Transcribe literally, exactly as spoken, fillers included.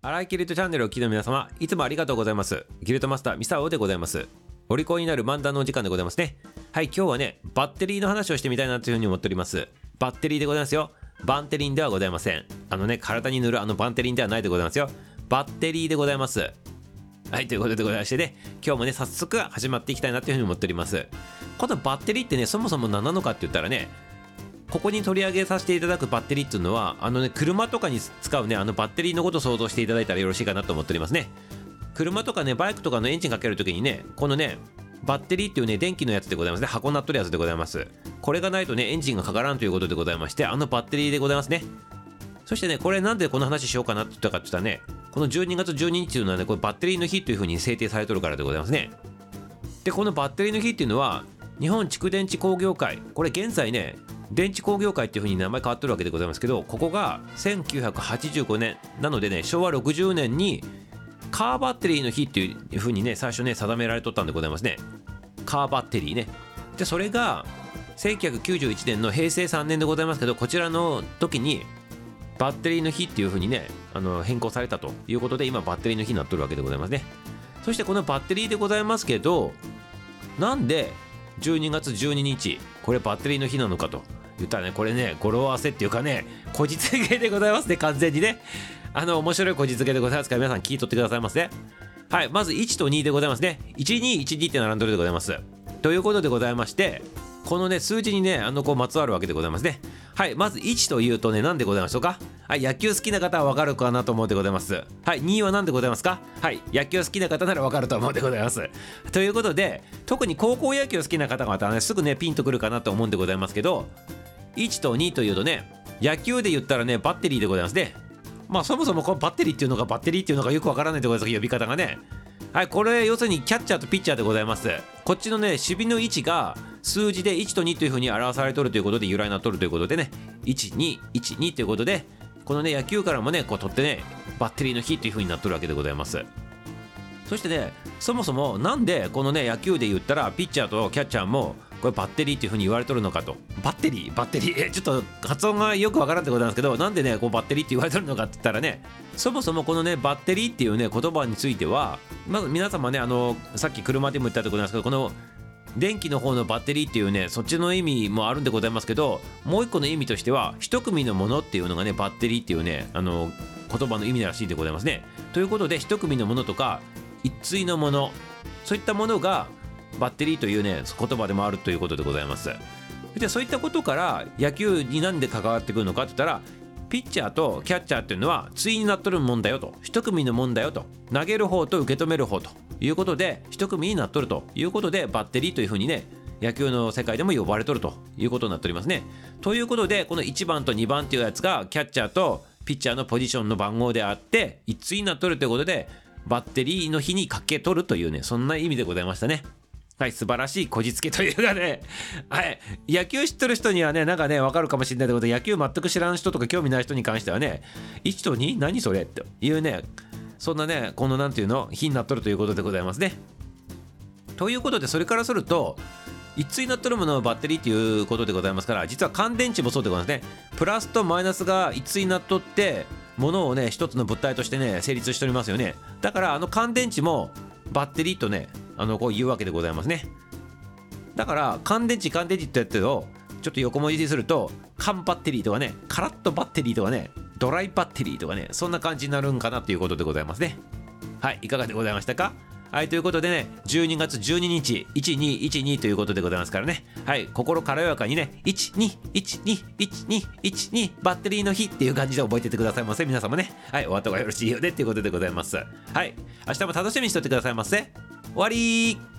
荒井キルトチャンネルをお聞きの皆様、いつもありがとうございます。キルトマスターミサオでございます。お利口になる漫談のお時間でございますね。はい、今日はね、バッテリーの話をしてみたいなというふうに思っております。バッテリーでございますよ。バンテリンではございません。あのね、体に塗るあのバンテリンではないでございますよ。バッテリーでございます。はい、ということでございましてね、今日もね、早速始まっていきたいなというふうに思っております。このバッテリーってね、そもそも何なのかって言ったらね、ここに取り上げさせていただくバッテリーっていうのは、あのね、車とかに使うね、あのバッテリーのことを想像していただいたらよろしいかなと思っておりますね。車とかね、バイクとかのエンジンかけるときにね、このね、バッテリーっていうね、電気のやつでございますね。箱になっとるやつでございます。これがないとね、エンジンがかからんということでございまして、あのバッテリーでございますね。そしてね、これなんでこの話しようかなって言ったかって言ったらね、このじゅうにがつじゅうににちというのはね、これバッテリーの日というふうに制定されてるからでございますね。で、このバッテリーの日っていうのは、日本蓄電池工業会、これ現在ね、電池工業会っていう風に名前変わってるわけでございますけど、ここがせんきゅうひゃくはちじゅうごねんなのでね、しょうわろくじゅうねんにカーバッテリーの日っていう風にね、最初ね定められとったんでございますね。カーバッテリーね。でそれがせんきゅうひゃくきゅうじゅういちねんのへいせいさんねんでございますけど、こちらの時にバッテリーの日っていう風にね、あの変更されたということで、今バッテリーの日になっとるわけでございますね。そしてこのバッテリーでございますけど、なんでじゅうにがつじゅうににちこれバッテリーの日なのかと言ったらね、これね、語呂合わせっていうかね、こじつけでございますね。完全にね、あの面白いこじつけでございますから、皆さん聞いとってくださいませ。はい、まずいちとにでございますね。いちにいちにって並んどるでございます。ということでございまして、このね数字にね、あのこうまつわるわけでございますね。はい、まずいちというとね、何でございましょうか。はい、野球好きな方はわかるかなと思うでございます。はい、にいは何でございますか。はい、野球好きな方ならわかると思うでございます。ということで、特に高校野球好きな方々はね、すぐねピンとくるかなと思うんでございますけど、いちとにというとね、野球で言ったらね、バッテリーでございますね。まあそもそもこのバッテリーっていうのがバッテリーっていうのがよくわからないでございます、呼び方がね。はい、これ要するにキャッチャーとピッチャーでございます。こっちのね守備の位置が数字でいちとにというふうに表されとるということで由来になっとるということでね、いちにいちにということで、このね野球からもねこう取ってね、バッテリーの日というふうになっとるわけでございます。そしてね、そもそもなんでこのね野球で言ったらピッチャーとキャッチャーもこれバッテリーっていう風に言われとるのかと。バッテリーバッテリーえちょっと発音がよくわからんってことなんですけど、なんでねこうバッテリーって言われとるのかって言ったらね、そもそもこのねバッテリーっていうね言葉については、まず皆様ね、あのさっき車でも言ったところなんですけど、この電気の方のバッテリーっていうね、そっちの意味もあるんでございますけど、もう一個の意味としては一組のものっていうのがねバッテリーっていうね、あの言葉の意味らしいでございますね。ということで、一組のものとか一対のもの、そういったものがバッテリーというね言葉でもあるということでございます。でそういったことから野球に何で関わってくるのかって言ったら、ピッチャーとキャッチャーっていうのは対になっとるもんだよと、一組のもんだよと、投げる方と受け止める方ということで一組になっとるということで、バッテリーというふうにね野球の世界でも呼ばれとるということになっておりますね。ということで、このいちばんとにばんっていうやつがキャッチャーとピッチャーのポジションの番号であって一対になっとるということで、バッテリーの日にかけとるというね、そんな意味でございましたね。はい、素晴らしいこじつけというかね、はい、野球知ってる人にはね、なんかね、わかるかもしれないけど、野球全く知らん人とか興味ない人に関してはね、いちとに何それっていうね、そんなね、このなんていうの、日になっとるということでございますね。ということで、それからすると、一対になっとるもののバッテリーということでございますから、実は乾電池もそうでございますね。プラスとマイナスが一対になっとって、ものをね、一つの物体としてね、成立しておりますよね。だから、あの乾電池もバッテリーとね、あのこう言うわけでございますね。だから乾電池乾電池ってやつをちょっと横文字にすると、乾バッテリーとかね、カラッとバッテリーとかね、ドライバッテリーとかね、そんな感じになるんかなということでございますね。はい、いかがでございましたか。はい、ということでね、じゅうにがつじゅうににちいちにいちにということでございますからね、はい、心軽やかにね、いちにいちにいちにいちにバッテリーの日っていう感じで覚えててくださいませ。皆様ね、はい、お後がよろしいようでっていうことでございます。はい、明日も楽しみにしとってくださいませ。終わりー。